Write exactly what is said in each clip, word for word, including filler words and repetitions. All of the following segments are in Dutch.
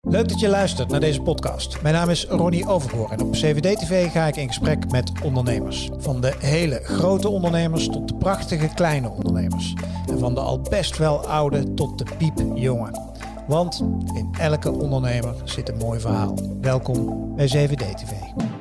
Leuk dat je luistert naar deze podcast. Mijn naam is Ronnie Overgoor en op C V D T V ga ik in gesprek met ondernemers. Van de hele grote ondernemers tot de prachtige kleine ondernemers. En van de al best wel oude tot de piepjonge. Want in elke ondernemer zit een mooi verhaal. Welkom bij C V D T V.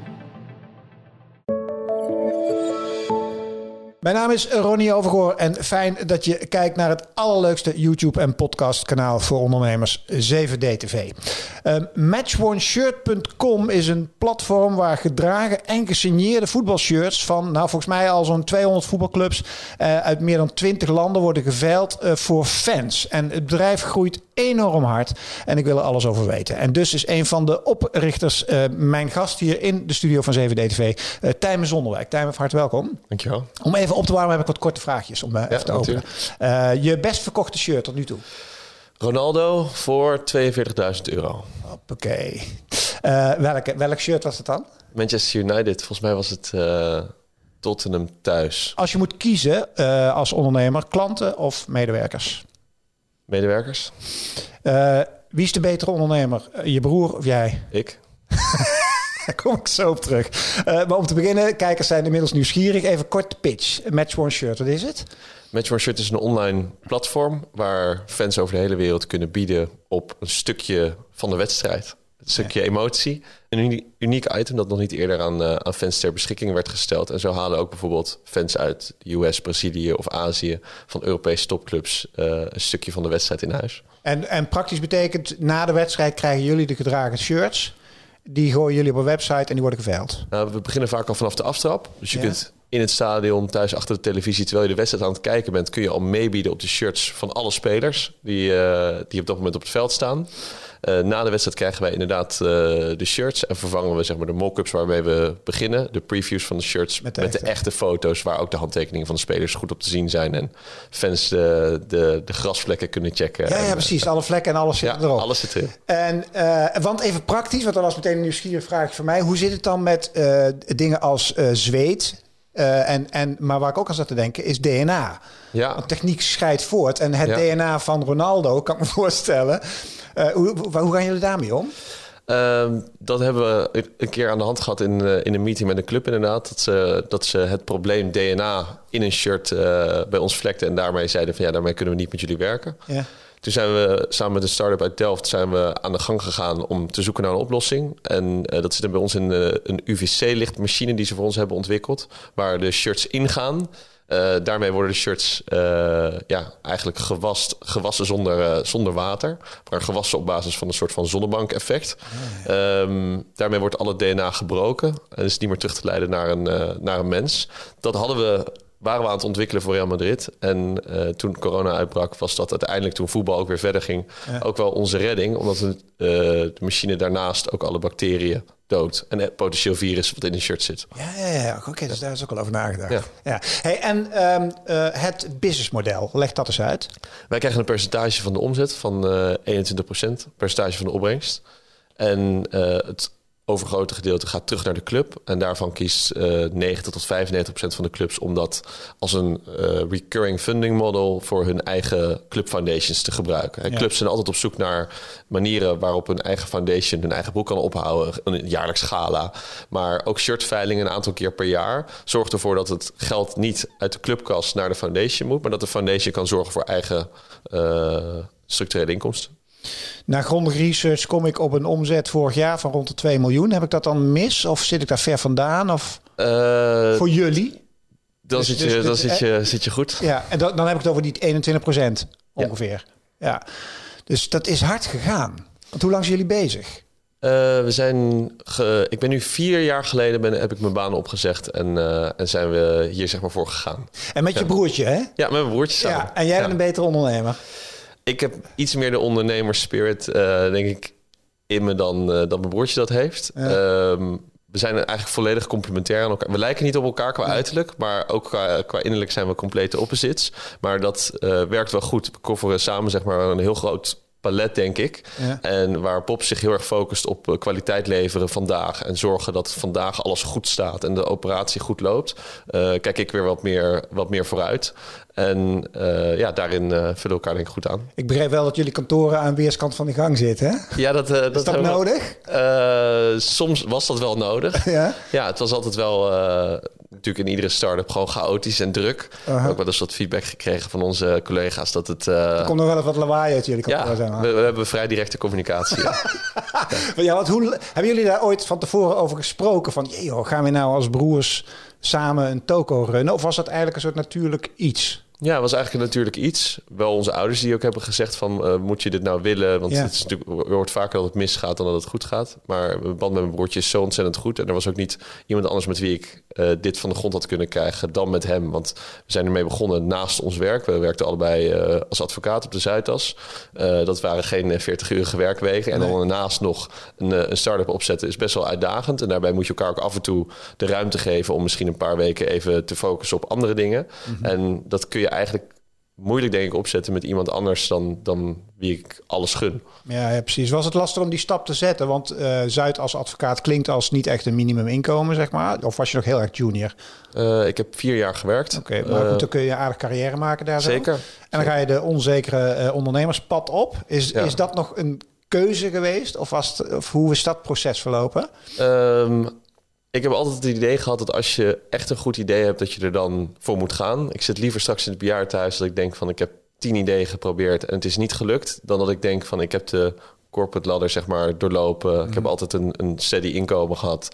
Mijn naam is Ronnie Overgoor en fijn dat je kijkt naar het allerleukste YouTube- en podcastkanaal voor ondernemers, C V D T V. Uh, match one shirt punt com is een platform waar gedragen en gesigneerde voetbalshirts van, nou volgens mij al zo'n tweehonderd voetbalclubs uh, uit meer dan twintig landen worden geveild uh, voor fans. En het bedrijf groeit enorm hard en ik wil er alles over weten. En dus is een van de oprichters uh, mijn gast hier in de studio van C V D T V, uh, Tijmen Zonderwijk. Tijmen, van harte welkom. Dankjewel. Om even op te warmen heb ik wat korte vraagjes om uh, ja, even te openen. Uh, je best verkochte shirt tot nu toe? Ronaldo voor tweeënveertigduizend euro. Hoppakee. Uh, welke, welk shirt was het dan? Manchester United. Volgens mij was het uh, Tottenham thuis. Als je moet kiezen uh, als ondernemer, klanten of medewerkers? Medewerkers. Uh, wie is de betere ondernemer? Uh, je broer of jij? Ik. Daar kom ik zo op terug. Uh, maar om te beginnen, kijkers zijn inmiddels nieuwsgierig. Even kort pitch. Match One Shirt, wat is het? Match One Shirt is een online platform waar fans over de hele wereld kunnen bieden op een stukje van de wedstrijd. Een stukje ja. emotie. Een uni- uniek item dat nog niet eerder aan, uh, aan fans ter beschikking werd gesteld. En zo halen ook bijvoorbeeld fans uit de U S, Brazilië of Azië van Europese topclubs uh, een stukje van de wedstrijd in huis. En, en praktisch betekent, na de wedstrijd krijgen jullie de gedragen shirts. Die gooien jullie op een website en die worden geveild. Nou, we beginnen vaak al vanaf de aftrap. Dus je ja. kunt in het stadion, thuis achter de televisie, terwijl je de wedstrijd aan het kijken bent, kun je al meebieden op de shirts van alle spelers die, uh, die op dat moment op het veld staan. Uh, na de wedstrijd krijgen wij inderdaad uh, de shirts en vervangen we zeg maar de mock-ups waarmee we beginnen. De previews van de shirts met de, met de echte foto's waar ook de handtekeningen van de spelers goed op te zien zijn. En fans de, de, de grasvlekken kunnen checken. Ja, ja en, precies. Alle vlekken en alles zit ja, erop. alles zit erin. En, uh, want even praktisch, want dat was meteen een nieuwsgierige vraag van mij. Hoe zit het dan met uh, dingen als uh, zweet? Uh, en, en, maar waar ik ook aan zat te denken is D N A. Ja. Want techniek scheidt voort. En het ja. D N A van Ronaldo, kan ik me voorstellen. Uh, hoe, hoe gaan jullie daarmee om? Uh, dat hebben we een keer aan de hand gehad in, uh, in een meeting met een club inderdaad. Dat ze, dat ze het probleem D N A in een shirt uh, bij ons vlekten. En daarmee zeiden van ja, daarmee kunnen we niet met jullie werken. Ja. Toen zijn we samen met een start-up uit Delft zijn we aan de gang gegaan om te zoeken naar een oplossing. En uh, dat zit er bij ons in uh, een U V C-lichtmachine die ze voor ons hebben ontwikkeld. Waar de shirts ingaan. Uh, daarmee worden de shirts uh, ja, eigenlijk gewast, gewassen zonder, uh, zonder water. Maar gewassen op basis van een soort van zonnebank-effect. Oh, ja. um, daarmee wordt alle D N A gebroken. En is het niet meer terug te leiden naar een, uh, naar een mens. Dat hadden we... waren we aan het ontwikkelen voor Real Madrid. En uh, toen corona uitbrak, was dat uiteindelijk, toen voetbal ook weer verder ging, ja. ook wel onze redding. Omdat uh, de machine daarnaast ook alle bacteriën doodt. En het potentieel virus wat in een shirt zit. Ja, ja, ja. Oké, okay, dus daar is ook al over nagedacht. Ja. Ja. Hey, en um, uh, het businessmodel, leg dat eens uit. Wij krijgen een percentage van de omzet van uh, eenentwintig procent. Percentage van de opbrengst. En uh, het overgrote gedeelte gaat terug naar de club. En daarvan kiest uh, negentig tot vijfennegentig procent van de clubs om dat als een uh, recurring funding model voor hun eigen club foundations te gebruiken. Ja. Clubs zijn altijd op zoek naar manieren waarop hun eigen foundation hun eigen boek kan ophouden. Een jaarlijks gala. Maar ook shirtveilingen een aantal keer per jaar zorgt ervoor dat het geld niet uit de clubkas naar de foundation moet, maar dat de foundation kan zorgen voor eigen uh, structurele inkomsten. Na grondig research kom ik op een omzet vorig jaar van rond de twee miljoen. Heb ik dat dan mis of zit ik daar ver vandaan? Of uh, voor jullie? Dan, dus, zit, je, dus, dan zit, je, zit je goed. Ja, en dan, dan heb ik het over die eenentwintig procent ongeveer. Ja. Ja. Dus dat is hard gegaan. Want hoe lang zijn jullie bezig? Uh, we zijn ge, ik ben nu vier jaar geleden ben, heb ik mijn baan opgezegd en, uh, en zijn we hier zeg maar voor gegaan. En met je ja. broertje, hè? Ja, met mijn broertje samen. Ja, en jij bent ja. een betere ondernemer. Ik heb iets meer de ondernemerspirit, uh, denk ik, in me dan, uh, dan mijn broertje dat heeft. Ja. Um, we zijn eigenlijk volledig complementair aan elkaar. We lijken niet op elkaar qua uiterlijk, maar ook qua, qua innerlijk zijn we complete opposites. Maar dat uh, werkt wel goed. We coveren samen zeg maar een heel groot palet, denk ik. Ja. En waar Pop zich heel erg focust op uh, kwaliteit leveren vandaag en zorgen dat vandaag alles goed staat en de operatie goed loopt, uh, kijk ik weer wat meer, wat meer vooruit. En uh, ja, daarin uh, vullen we elkaar denk ik goed aan. Ik begreep wel dat jullie kantoren aan weerskant van de gang zitten, hè? Ja, dat, uh, dat is dat nodig? We, uh, soms was dat wel nodig. Ja? Ja, het was altijd wel... Uh, natuurlijk in iedere start-up gewoon chaotisch en druk. Uh-huh. Ook wel eens wat feedback gekregen van onze collega's dat het... Uh... Er komt nog wel even wat lawaai uit jullie kantoor. Ja, zijn, we, we hebben vrij directe communicatie. ja. ja. ja, want hoe, hebben jullie daar ooit van tevoren over gesproken? Van, jee joh, gaan we nou als broers samen een toko runnen? Of was dat eigenlijk een soort natuurlijk iets? Ja, het was eigenlijk natuurlijk iets. Wel onze ouders die ook hebben gezegd van... Uh, moet je dit nou willen? Want ja. het is natuurlijk, er wordt vaker dat het misgaat dan dat het goed gaat. Maar mijn band met mijn broertje is zo ontzettend goed. En er was ook niet iemand anders met wie ik uh, dit van de grond had kunnen krijgen dan met hem. Want we zijn ermee begonnen naast ons werk. We werkten allebei uh, als advocaat op de Zuidas. Uh, dat waren geen veertig-urige werkweken. En nee. dan daarnaast nog een, een start-up opzetten is best wel uitdagend. En daarbij moet je elkaar ook af en toe de ruimte geven... om misschien een paar weken even te focussen op andere dingen. Mm-hmm. En dat kun je eigenlijk moeilijk, denk ik, opzetten met iemand anders dan, dan wie ik alles gun. Ja, ja, precies. Was het lastig om die stap te zetten? Want uh, Zuid als advocaat klinkt als niet echt een minimuminkomen, zeg maar. Of was je nog heel erg junior? Uh, ik heb vier jaar gewerkt. Oké, okay, maar uh, goed, dan kun je aardig carrière maken daar. Zeker. Zo. En dan ga je de onzekere uh, ondernemerspad op. Is, ja. is dat nog een keuze geweest? Of, was het, of hoe is dat proces verlopen? Um, Ik heb altijd het idee gehad dat als je echt een goed idee hebt... dat je er dan voor moet gaan. Ik zit liever straks in het bejaardentehuis dat ik denk van... ik heb tien ideeën geprobeerd en het is niet gelukt... dan dat ik denk van ik heb de corporate ladder zeg maar doorlopen. Mm-hmm. Ik heb altijd een, een steady inkomen gehad.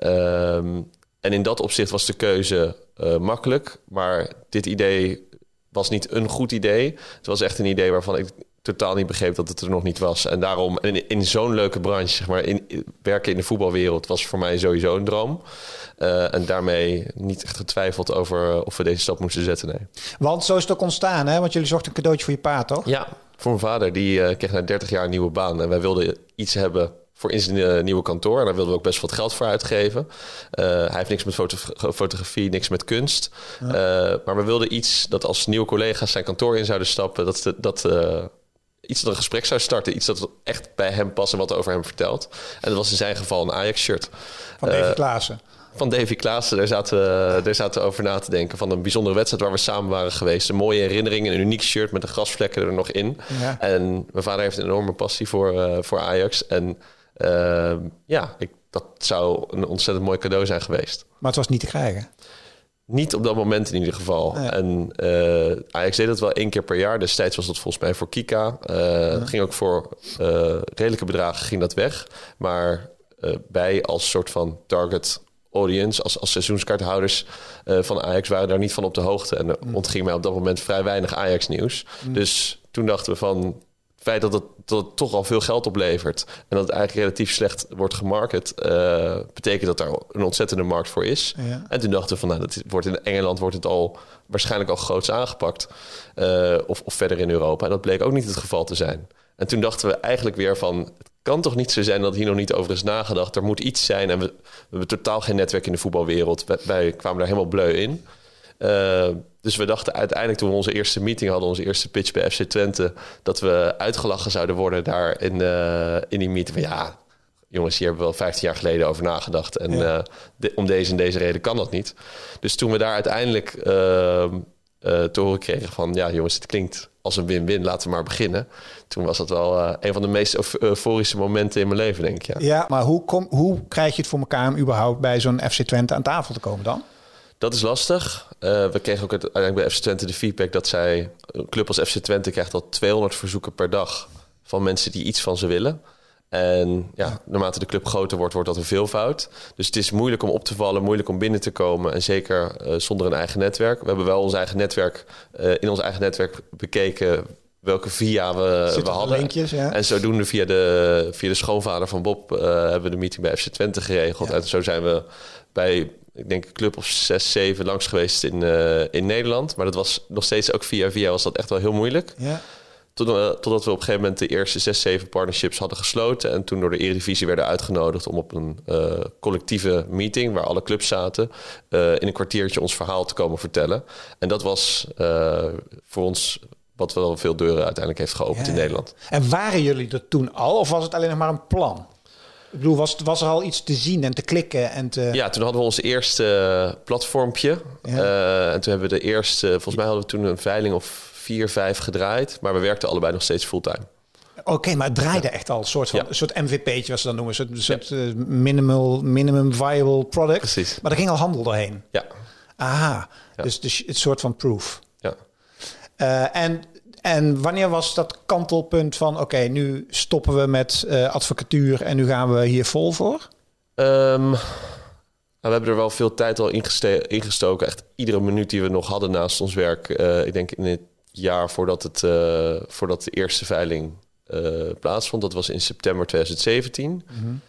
Um, en in dat opzicht was de keuze uh, makkelijk. Maar dit idee was niet een goed idee. Het was echt een idee waarvan ik... totaal niet begreep dat het er nog niet was. En daarom, in, in zo'n leuke branche, zeg maar, in, in, werken in de voetbalwereld was voor mij sowieso een droom. Uh, en daarmee niet echt getwijfeld over of we deze stap moesten zetten, nee. Want zo is het ook ontstaan, hè? Want jullie zochten een cadeautje voor je pa, toch? Ja, voor mijn vader. Die uh, kreeg na dertig jaar een nieuwe baan. En wij wilden iets hebben voor in zijn uh, nieuwe kantoor. En daar wilden we ook best wat geld voor uitgeven. Uh, hij heeft niks met foto- fotografie, niks met kunst. Ja. Uh, maar we wilden iets dat als nieuwe collega's zijn kantoor in zouden stappen... dat... dat uh, iets dat een gesprek zou starten. Iets dat echt bij hem past en wat over hem vertelt. En dat was in zijn geval een Ajax-shirt. Van Davy uh, Klaassen. Van Davy Klaassen. Daar zaten, we, daar zaten we over na te denken. Van een bijzondere wedstrijd waar we samen waren geweest. Een mooie herinnering. Een uniek shirt met de grasvlekken er nog in. Ja. En mijn vader heeft een enorme passie voor, uh, voor Ajax. En uh, ja, ik, dat zou een ontzettend mooi cadeau zijn geweest. Maar het was niet te krijgen. Niet op dat moment in ieder geval. Ja. En uh, Ajax deed dat wel één keer per jaar. Destijds was dat volgens mij voor Kika. Uh, ja. Ging ook voor uh, redelijke bedragen ging dat weg. Maar uh, wij als soort van target audience... als, als seizoenskaarthouders uh, van Ajax waren daar niet van op de hoogte. En er mm. ontging mij op dat moment vrij weinig Ajax-nieuws. Mm. Dus toen dachten we van... Het feit dat het, dat het toch al veel geld oplevert... en dat het eigenlijk relatief slecht wordt gemarket... Uh, betekent dat daar een ontzettende markt voor is. Ja. En toen dachten we van... nou, dat wordt in Engeland wordt het al waarschijnlijk al groots aangepakt. Uh, of, of verder in Europa. En dat bleek ook niet het geval te zijn. En toen dachten we eigenlijk weer van... het kan toch niet zo zijn dat hier nog niet over is nagedacht. Er moet iets zijn. En we, we hebben totaal geen netwerk in de voetbalwereld. Wij, wij kwamen daar helemaal bleu in... Uh, dus we dachten uiteindelijk toen we onze eerste meeting hadden... onze eerste pitch bij F C Twente... dat we uitgelachen zouden worden daar in, uh, in die meeting. Van ja, jongens, hier hebben we wel vijftien jaar geleden over nagedacht. En ja. uh, de, om deze en deze reden kan dat niet. Dus toen we daar uiteindelijk uh, uh, te horen kregen van... ja, jongens, het klinkt als een win-win, laten we maar beginnen. Toen was dat wel uh, een van de meest euforische momenten in mijn leven, denk ik. Ja, ja maar hoe, kom, hoe krijg je het voor elkaar om überhaupt bij zo'n F C Twente aan tafel te komen dan? Dat is lastig. Uh, we kregen ook uiteindelijk bij F C Twente de feedback... dat zij, een club als F C Twente krijgt al tweehonderd verzoeken per dag... van mensen die iets van ze willen. En ja, naarmate de club groter wordt, wordt dat een veelvoud. Dus het is moeilijk om op te vallen, moeilijk om binnen te komen... en zeker uh, zonder een eigen netwerk. We hebben wel ons eigen netwerk, uh, in ons eigen netwerk bekeken... welke via we, we hadden. Linkjes, ja. En zodoende via de, via de schoonvader van Bob... Uh, hebben we de meeting bij F C Twente geregeld. Ja. En zo zijn we bij... ik denk een club of zes, zeven langs geweest in, uh, in Nederland. Maar dat was nog steeds ook via via was dat echt wel heel moeilijk. Ja. Tot, uh, totdat we op een gegeven moment de eerste zes, zeven partnerships hadden gesloten. En toen door de Eredivisie werden uitgenodigd om op een uh, collectieve meeting... waar alle clubs zaten, uh, in een kwartiertje ons verhaal te komen vertellen. En dat was uh, voor ons... wat wel veel deuren uiteindelijk heeft geopend ja. in Nederland. En waren jullie er toen al of was het alleen nog maar een plan? Ik bedoel, was, was er al iets te zien en te klikken? En te... Ja, toen hadden we ons eerste uh, platformpje. Ja. Uh, en toen hebben we de eerste... Volgens mij hadden we toen een veiling of vier, vijf gedraaid. Maar we werkten allebei nog steeds fulltime. Oké, okay, maar het draaide ja. echt al een soort van ja. een soort M V P'tje, wat ze dan noemen. Een soort, ja. soort uh, minimal, minimum viable product. Precies. Maar er ging al handel doorheen. Ja. Aha, ja. dus, dus het soort van proof. Ja. Uh, en, en wanneer was dat kantelpunt van... oké, okay, nu stoppen we met uh, advocatuur en nu gaan we hier vol voor? Um, nou, we hebben er wel veel tijd al ingeste- ingestoken. Echt iedere minuut die we nog hadden naast ons werk. Uh, ik denk in het jaar voordat, het, uh, voordat de eerste veiling uh, plaatsvond. Dat was in september twintig zeventien. Mm-hmm.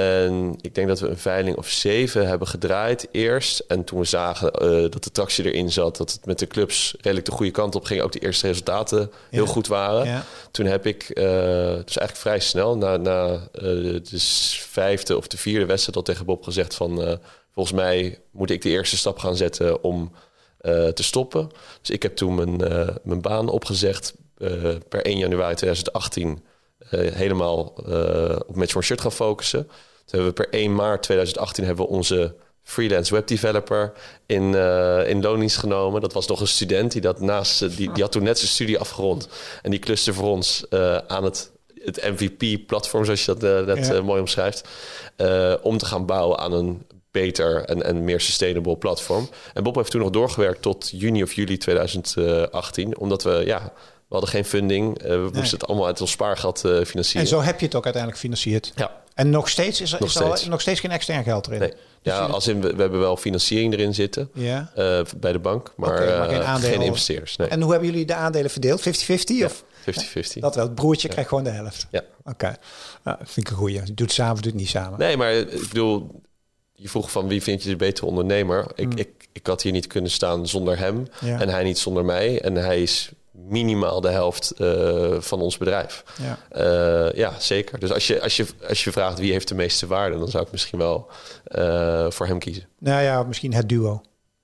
En ik denk dat we een veiling of zeven hebben gedraaid eerst. En toen we zagen uh, dat de tractie erin zat, dat het met de clubs redelijk de goede kant op ging, ook de eerste resultaten heel ja. goed waren. Ja. Toen heb ik, uh, dus eigenlijk vrij snel, na, na uh, de vijfde of de vierde wedstrijd al tegen Bob gezegd van, uh, volgens mij moet ik de eerste stap gaan zetten om uh, te stoppen. Dus ik heb toen mijn, uh, mijn baan opgezegd uh, per één januari twintig achttien. Uh, helemaal uh, op Match One Shirt gaan focussen. Toen hebben we per één maart twintig achttien hebben we onze freelance webdeveloper in, uh, in loondienst genomen. Dat was nog een student die dat naast uh, die, die had toen net zijn studie afgerond en die kluste voor ons uh, aan het, het M V P-platform, zoals je dat uh, net ja. uh, mooi omschrijft, uh, om te gaan bouwen aan een beter en, en meer sustainable platform. En Bob heeft toen nog doorgewerkt tot juni of juli twintig achttien, omdat we ja we hadden geen funding. Uh, we nee. moesten het allemaal uit ons spaargeld uh, financieren. En zo heb je het ook uiteindelijk gefinancierd. Ja. En nog steeds is er, nog, is steeds. er al, nog steeds geen extern geld erin. Nee. Dus ja, je... als in, we, we hebben wel financiering erin zitten. Ja. Uh, bij de bank. Maar, okay, maar geen, uh, geen investeerders. Nee. En hoe hebben jullie de aandelen verdeeld? vijftig vijftig? Ja, of? vijftig vijftig. Dat wel. Het broertje ja. krijgt gewoon de helft. Ja. Oké. Okay. Nou, vind ik een goeie. Doet het samen, doet het niet samen. Nee, maar ik bedoel, je vroeg van wie vind je de betere ondernemer? Ik, mm. ik, ik had hier niet kunnen staan zonder hem. Ja. En hij niet zonder mij. En hij is minimaal de helft uh, van ons bedrijf. Ja. Uh, ja, zeker. Dus als je, als, je, als je vraagt wie heeft de meeste waarde, dan zou ik misschien wel uh, voor hem kiezen. Nou ja, misschien het duo.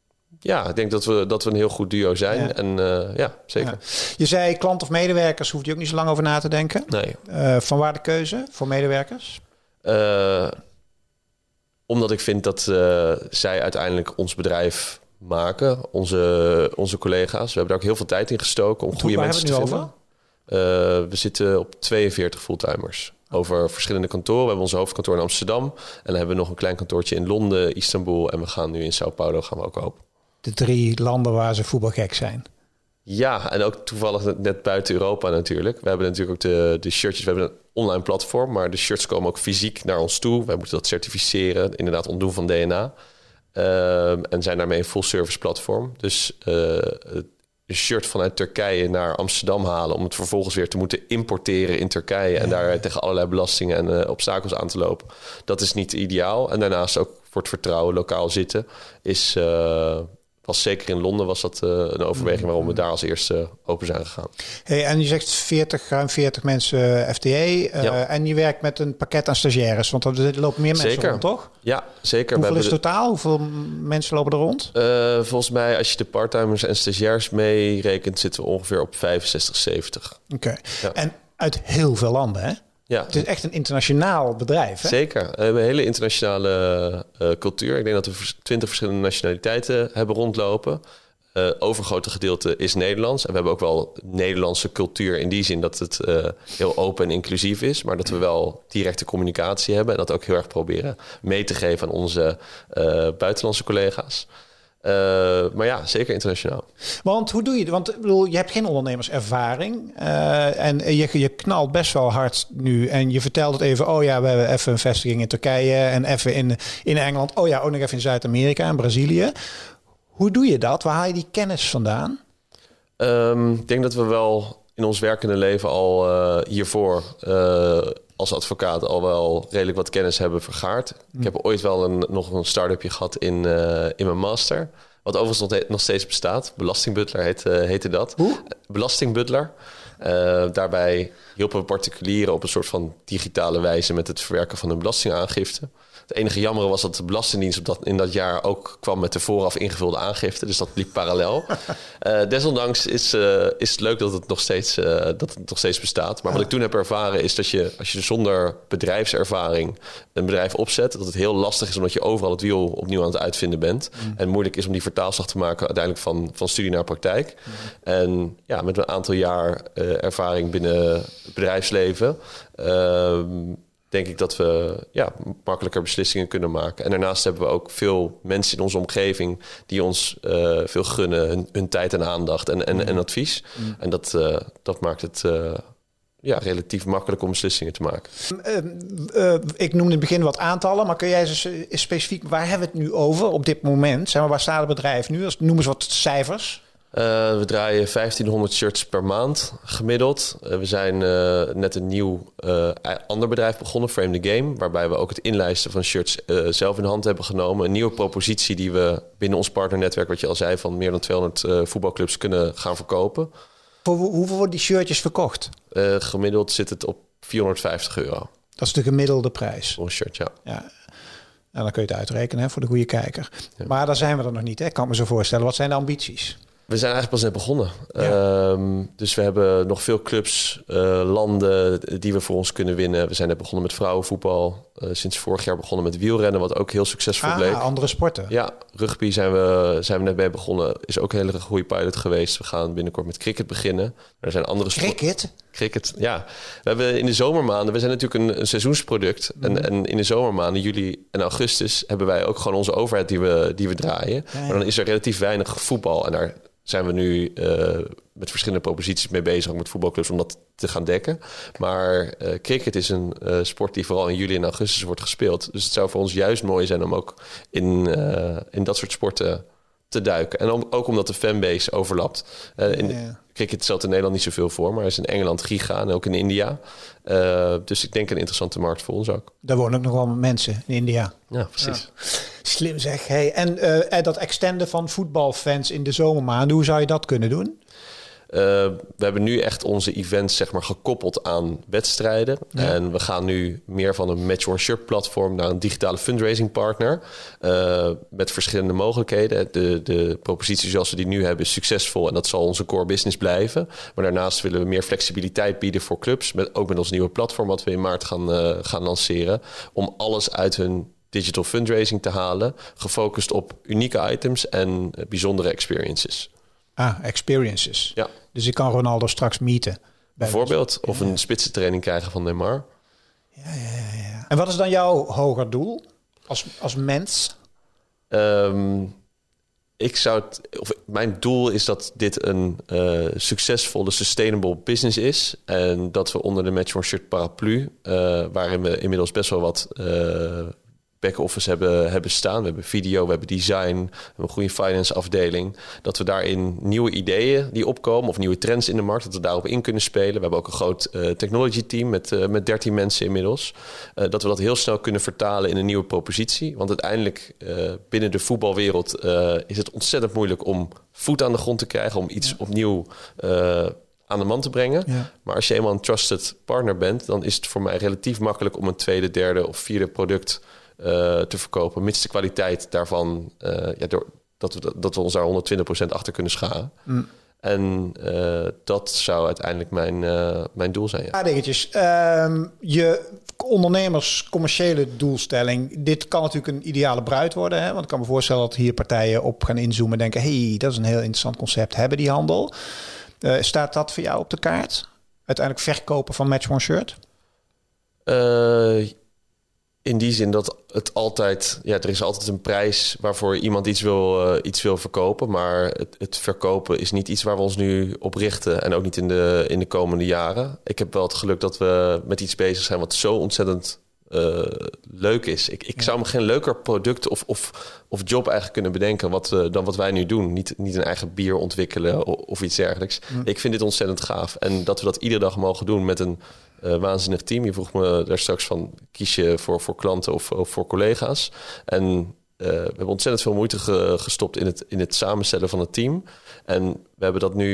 Ja, ik denk dat we, dat we een heel goed duo zijn. Ja. En uh, ja, zeker. Ja. Je zei klant of medewerkers, hoef je ook niet zo lang over na te denken. Nee. Uh, van waar de keuze voor medewerkers? Uh, omdat ik vind dat uh, zij uiteindelijk ons bedrijf maken, onze, onze collega's. We hebben daar ook heel veel tijd in gestoken om Goed, goede mensen te vinden. Uh, we zitten op tweeënveertig fulltimers over verschillende kantoren. We hebben ons hoofdkantoor in Amsterdam en dan hebben we nog een klein kantoortje in Londen, Istanbul en we gaan nu in Sao Paulo gaan we ook open. De drie landen waar ze voetbalgek zijn. Ja, en ook toevallig net buiten Europa natuurlijk. We hebben natuurlijk ook de, de shirtjes. We hebben een online platform, maar de shirts komen ook fysiek naar ons toe. Wij moeten dat certificeren, inderdaad ontdoen van D N A. Uh, en zijn daarmee een full-service platform. Dus uh, een shirt vanuit Turkije naar Amsterdam halen om het vervolgens weer te moeten importeren in Turkije en daar tegen allerlei belastingen en uh, obstakels aan te lopen. Dat is niet ideaal. En daarnaast ook voor het vertrouwen lokaal zitten is... Uh, was zeker in Londen was dat uh, een overweging waarom we daar als eerste open zijn gegaan. Hey, en je zegt veertig, ruim veertig mensen F T E. Uh, ja. En je werkt met een pakket aan stagiaires. Want er lopen meer mensen zeker. rond, toch? Ja, zeker. Hoeveel is het totaal? Hoeveel mensen lopen er rond? Uh, volgens mij, als je de parttimers en stagiairs meerekent, zitten we ongeveer op vijfenzestig, zeventig. Oké. Okay. Ja. En uit heel veel landen, hè? Ja. Het is echt een internationaal bedrijf, hè? Zeker. We hebben een hele internationale uh, cultuur. Ik denk dat we twintig verschillende nationaliteiten hebben rondlopen. Uh, overgrote gedeelte is Nederlands. En we hebben ook wel Nederlandse cultuur in die zin dat het uh, heel open en inclusief is. Maar dat we wel directe communicatie hebben. En dat ook heel erg proberen mee te geven aan onze uh, buitenlandse collega's. Uh, maar ja, zeker internationaal. Want hoe doe je het? Want ik bedoel, je hebt geen ondernemerservaring. Uh, en je, je knalt best wel hard nu. En je vertelt het even. Oh ja, we hebben even een vestiging in Turkije. En even in, in Engeland. Oh ja, ook nog even in Zuid-Amerika en Brazilië. Hoe doe je dat? Waar haal je die kennis vandaan? Um, ik denk dat we wel in ons werkende leven al uh, hiervoor... Uh, als advocaat al wel redelijk wat kennis hebben vergaard. Mm. Ik heb ooit wel een, nog een start-upje gehad in, uh, in mijn master. Wat overigens nog, nog steeds bestaat. Belastingbutler heet, uh, heette dat. Hoe? Belastingbutler. Uh, daarbij hielpen we particulieren op een soort van digitale wijze met het verwerken van hun belastingaangifte. Het enige jammer was dat de Belastingdienst op dat, in dat jaar ook kwam met de vooraf ingevulde aangifte. Dus dat liep parallel. uh, desondanks is, uh, is het leuk dat het, nog steeds, uh, dat het nog steeds bestaat. Maar wat ik toen heb ervaren is dat je, als je zonder bedrijfservaring een bedrijf opzet, dat het heel lastig is omdat je overal het wiel opnieuw aan het uitvinden bent. Mm. En moeilijk is om die vertaalslag te maken uiteindelijk van, van studie naar praktijk. Mm. En ja, met een aantal jaar uh, ervaring binnen het bedrijfsleven Uh, denk ik dat we ja, makkelijker beslissingen kunnen maken. En daarnaast hebben we ook veel mensen in onze omgeving die ons uh, veel gunnen, hun, hun tijd en aandacht en, en, en advies. Mm. En dat, uh, dat maakt het uh, ja, relatief makkelijk om beslissingen te maken. Uh, uh, ik noemde in het begin wat aantallen, maar kun jij eens specifiek, waar hebben we het nu over op dit moment? Zeg maar, waar staat het bedrijf nu? Noem eens wat cijfers. Uh, we draaien vijftienhonderd shirts per maand gemiddeld. Uh, we zijn uh, net een nieuw uh, ander bedrijf begonnen, Frame the Game, waarbij we ook het inlijsten van shirts uh, zelf in de hand hebben genomen. Een nieuwe propositie die we binnen ons partnernetwerk, wat je al zei, van meer dan tweehonderd uh, voetbalclubs kunnen gaan verkopen. Voor hoeveel worden die shirtjes verkocht? Uh, gemiddeld zit het op vierhonderdvijftig euro. Dat is de gemiddelde prijs. Voor een shirt, ja. ja. En dan kun je het uitrekenen hè, voor de goede kijker. Ja. Maar daar zijn we er nog niet, hè? Ik kan me zo voorstellen. Wat zijn de ambities? We zijn eigenlijk pas net begonnen. Ja. Um, dus we hebben nog veel clubs, uh, landen die we voor ons kunnen winnen. We zijn net begonnen met vrouwenvoetbal. Uh, sinds vorig jaar begonnen met wielrennen, wat ook heel succesvol ah, bleek. Andere sporten. Ja, rugby zijn we, zijn we net mee begonnen. Is ook een hele goede pilot geweest. We gaan binnenkort met cricket beginnen. Er zijn andere sporten. Cricket? Cricket, ja. We hebben in de zomermaanden, we zijn natuurlijk een, een seizoensproduct. Mm. En, en in de zomermaanden, juli en augustus, hebben wij ook gewoon onze overheid die we, die we draaien. Ja, ja. Maar dan is er relatief weinig voetbal. En daar zijn we nu uh, met verschillende proposities mee bezig met voetbalclubs om dat te gaan dekken. Maar uh, cricket is een uh, sport die vooral in juli en augustus wordt gespeeld. Dus het zou voor ons juist mooi zijn om ook in, uh, in dat soort sporten te duiken. En om, ook omdat de fanbase overlapt. Uh, in, ja. Cricket stelt in Nederland niet zoveel voor, maar er is in Engeland giga en ook in India. Uh, dus ik denk een interessante markt voor ons ook. Daar wonen ook nog wel mensen in India. Ja, precies. Ja. Slim zeg. Hey, en uh, dat extenden van voetbalfans in de zomermaanden, hoe zou je dat kunnen doen? Uh, we hebben nu echt onze events zeg maar gekoppeld aan wedstrijden. Ja. En we gaan nu meer van een Match One Shirt platform naar een digitale fundraising partner. Uh, met verschillende mogelijkheden. De, de propositie zoals we die nu hebben is succesvol en dat zal onze core business blijven. Maar daarnaast willen we meer flexibiliteit bieden voor clubs. Met, ook met ons nieuwe platform wat we in maart gaan, uh, gaan lanceren. Om alles uit hun digital fundraising te halen. Gefocust op unieke items en uh, bijzondere experiences. Ah, experiences. Ja. Dus ik kan Ronaldo straks meeten. Bijvoorbeeld. Of ja. een spitsentraining krijgen van Neymar. Ja, ja, ja. En wat is dan jouw hoger doel als, als mens? Um, ik zou het, of mijn doel is dat dit een uh, succesvolle, sustainable business is. En dat we onder de Match One Shirt paraplu, uh, waarin we inmiddels best wel wat Uh, back-office hebben, hebben staan. We hebben video, we hebben design, we hebben een goede finance afdeling. Dat we daarin nieuwe ideeën die opkomen of nieuwe trends in de markt, dat we daarop in kunnen spelen. We hebben ook een groot uh, technology team met, uh, met dertien mensen inmiddels. Uh, dat we dat heel snel kunnen vertalen in een nieuwe propositie. Want uiteindelijk uh, binnen de voetbalwereld uh, is het ontzettend moeilijk om voet aan de grond te krijgen, om iets ja. opnieuw Uh, aan de man te brengen. Ja. Maar als je eenmaal een trusted partner bent, dan is het voor mij relatief makkelijk om een tweede, derde of vierde product Uh, te verkopen, mits de kwaliteit daarvan, uh, ja, door, dat, we, dat we ons daar honderdtwintig procent achter kunnen scharen. Mm. En uh, dat zou uiteindelijk mijn, uh, mijn doel zijn. Ja, ja dingetjes. Uh, je ondernemers commerciële doelstelling. Dit kan natuurlijk een ideale bruid worden. Hè? Want ik kan me voorstellen dat hier partijen op gaan inzoomen en denken, hey, dat is een heel interessant concept. Hebben die handel? Uh, staat dat voor jou op de kaart? Uiteindelijk verkopen van Match One Shirt? Uh, In die zin dat het altijd, ja, er is altijd een prijs waarvoor iemand iets wil, uh, iets wil verkopen. Maar het, het verkopen is niet iets waar we ons nu op richten. En ook niet in de, in de komende jaren. Ik heb wel het geluk dat we met iets bezig zijn wat zo ontzettend uh, leuk is. Ik, ik ja. zou me geen leuker product of, of, of job eigenlijk kunnen bedenken wat, uh, dan wat wij nu doen. Niet, niet een eigen bier ontwikkelen of, of iets dergelijks. Ja. Ik vind dit ontzettend gaaf. En dat we dat iedere dag mogen doen met een Uh, waanzinnig team. Je vroeg me daar straks van, kies je voor, voor klanten of, of voor collega's? En uh, we hebben ontzettend veel moeite ge, gestopt in het, in het samenstellen van het team. En we hebben dat nu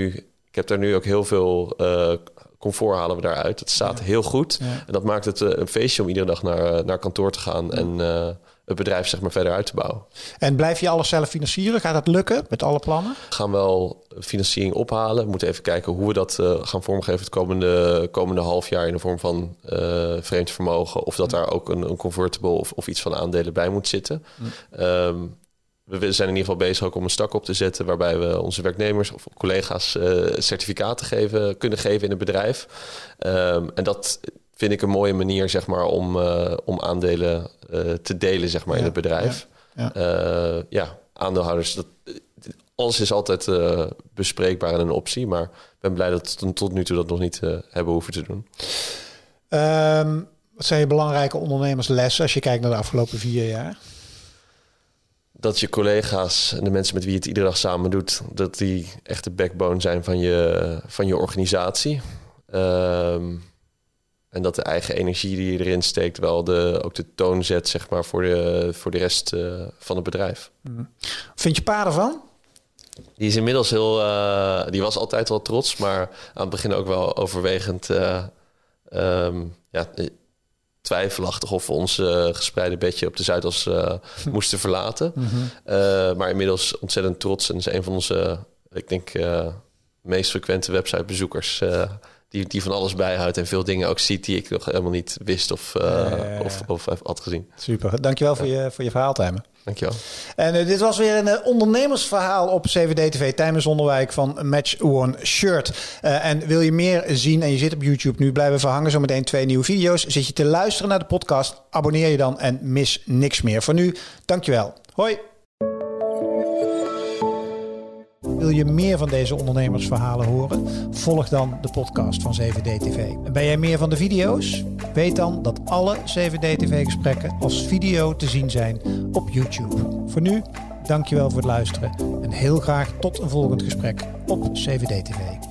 Ik heb daar nu ook heel veel uh, comfort halen we daaruit. Het staat ja. heel goed. Ja. En dat maakt het uh, een feestje om iedere dag naar, naar kantoor te gaan... Ja. en uh, het bedrijf zeg maar verder uit te bouwen. En blijf je alles zelf financieren? Gaat dat lukken met alle plannen? We gaan wel financiering ophalen. We moeten even kijken hoe we dat uh, gaan vormgeven... het komende, komende half jaar in de vorm van uh, vreemd vermogen... of dat daar ook een, een convertible of, of iets van aandelen bij moet zitten. Ja. Um, We zijn in ieder geval bezig ook om een stak op te zetten... waarbij we onze werknemers of collega's uh, certificaten geven, kunnen geven in het bedrijf. Um, en dat vind ik een mooie manier zeg maar, om, uh, om aandelen uh, te delen zeg maar, ja, in het bedrijf. Ja, ja. Uh, ja aandeelhouders, dat, alles is altijd uh, bespreekbaar en een optie. Maar ik ben blij dat we tot nu toe dat nog niet uh, hebben hoeven te doen. Um, wat zijn je belangrijke ondernemerslessen als je kijkt naar de afgelopen vier jaar? Dat je collega's en de mensen met wie je het iedere dag samen doet... dat die echt de backbone zijn van je, van je organisatie. Um, en dat de eigen energie die je erin steekt... wel de, ook de toon zet zeg maar, voor, de, voor de rest uh, van het bedrijf. Vind je pa ervan? Die is inmiddels heel... Uh, die was altijd wel trots, maar aan het begin ook wel overwegend... Uh, um, ja, twijfelachtig of we ons uh, gespreide bedje op de Zuidas uh, moesten verlaten. Mm-hmm. Uh, maar inmiddels ontzettend trots. En is een van onze, ik denk, uh, meest frequente websitebezoekers... Uh, die, die van alles bijhoudt en veel dingen ook ziet... die ik nog helemaal niet wist of, uh, ja, ja, ja. of, of had gezien. Super, dankjewel ja. voor, je, voor je verhaal, Tijmen. Dankjewel. En uh, dit was weer een uh, ondernemersverhaal op zeven D T V. Tijmen Zonderwijk van Match One Shirt. Uh, en wil je meer zien en je zit op YouTube nu... blijven verhangen zometeen twee nieuwe video's. Zit je te luisteren naar de podcast? Abonneer je dan en mis niks meer. Voor nu, dankjewel. Hoi. Wil je meer van deze ondernemersverhalen horen? Volg dan de podcast van zeven D T V. En ben jij meer van de video's? Weet dan dat alle zeven D T V-gesprekken als video te zien zijn op YouTube. Voor nu, dankjewel voor het luisteren. En heel graag tot een volgend gesprek op zeven D T V.